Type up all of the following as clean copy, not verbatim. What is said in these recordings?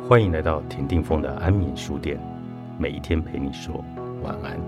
欢迎来到田定峰的安眠书店，每一天陪你说晚安。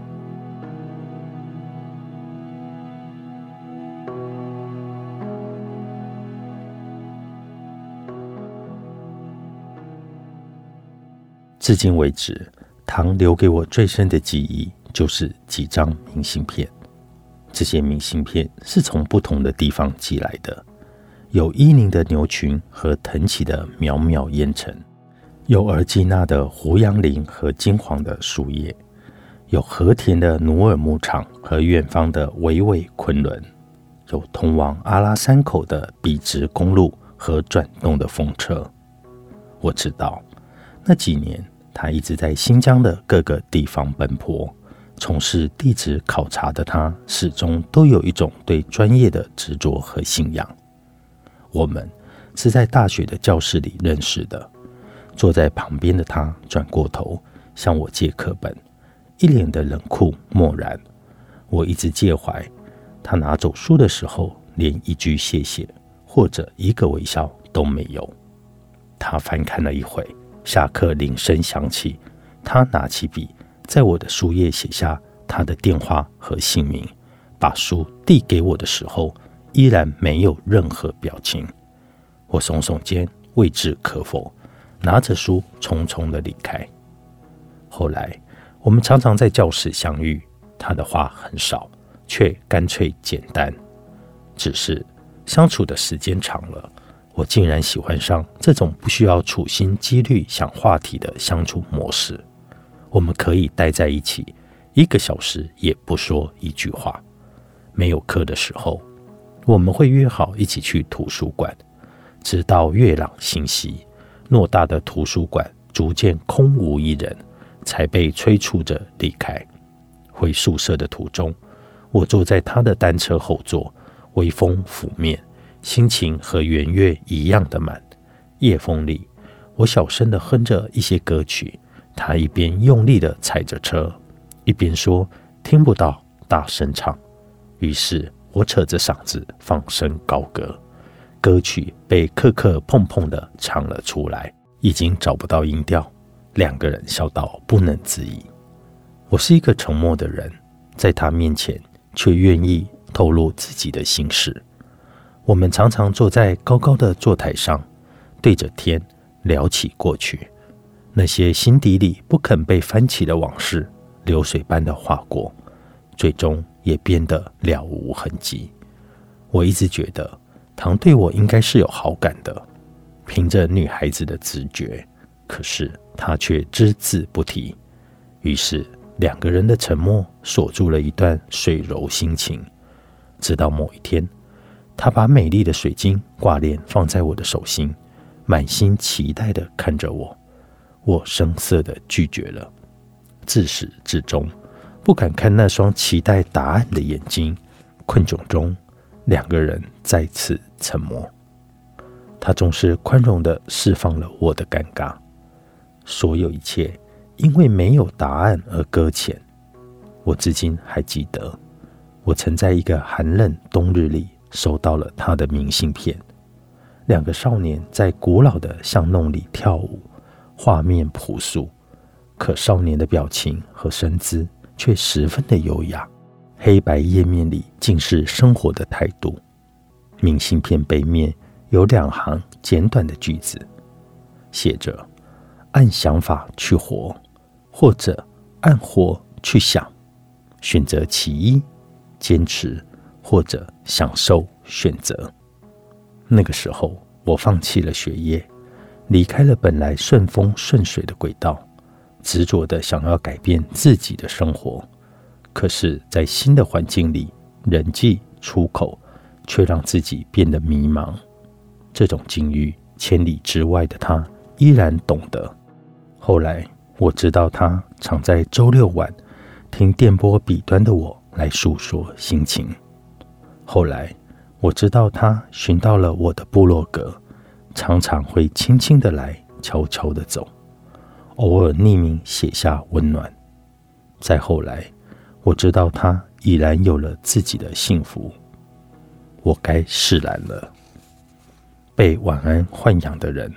至今为止，唐留给我最深的记忆就是几张明信片。这些明信片是从不同的地方寄来的，有伊宁的牛群和腾起的渺渺烟尘，有尔基纳的胡杨林和金黄的树叶，有和田的努尔牧场和远方的巍巍昆仑，有通往阿拉山口的笔直公路和转动的风车。我知道那几年他一直在新疆的各个地方奔波，从事地质考察的他始终都有一种对专业的执着和信仰。我们是在大学的教室里认识的，坐在旁边的他转过头向我借课本，一脸的冷酷漠然。我一直介怀，他拿走书的时候连一句谢谢或者一个微笑都没有。他翻看了一会，下课铃声响起，他拿起笔在我的书页写下他的电话和姓名，把书递给我的时候依然没有任何表情。我耸耸肩，未置可否，拿着书匆匆地离开。后来我们常常在教室相遇，他的话很少，却干脆简单。只是相处的时间长了，我竟然喜欢上这种不需要处心积虑想话题的相处模式。我们可以待在一起1个小时也不说一句话。没有课的时候，我们会约好一起去图书馆，直到月朗星稀，偌大的图书馆逐渐空无一人，才被催促着离开。回宿舍的途中，我坐在他的单车后座，微风拂面，心情和元月一样的满。夜风里，我小声地哼着一些歌曲，他一边用力地踩着车，一边说听不到，大声唱。于是我扯着嗓子放声高歌，歌曲被磕磕碰碰地唱了出来，已经找不到音调。2个人笑到不能自已。我是一个沉默的人，在他面前却愿意透露自己的心事。我们常常坐在高高的坐台上，对着天聊起过去，那些心底里不肯被翻起的往事，流水般的划过，最终也变得了无痕迹。我一直觉得唐对我应该是有好感的，凭着女孩子的直觉，可是他却只字不提。于是2个人的沉默锁住了一段水柔心情。直到某一天，他把美丽的水晶挂链放在我的手心，满心期待地看着我。我生涩地拒绝了，自始至终不敢看那双期待答案的眼睛。困窘中，2个人再次沉默。他总是宽容地释放了我的尴尬。所有一切因为没有答案而搁浅。我至今还记得，我曾在一个寒冷冬日里收到了他的明信片。2个少年在古老的巷弄里跳舞，画面朴素，可少年的表情和身姿却十分的优雅。黑白页面里尽是生活的态度。明信片背面有2行简短的句子，写着按想法去活，或者按活去想，选择其一，坚持或者享受选择。那个时候我放弃了学业，离开了本来顺风顺水的轨道，执着地想要改变自己的生活。可是在新的环境里，人际出口却让自己变得迷茫。这种境遇，千里之外的他依然懂得。后来我知道他常在周6晚听电波彼端的我来诉说心情。后来我知道他寻到了我的部落格，常常会轻轻地来，悄悄地走，偶尔匿名写下温暖。再后来我知道他已然有了自己的幸福，我该释然了。被晚安豢养的人，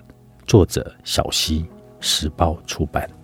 作者小溪，时报出版。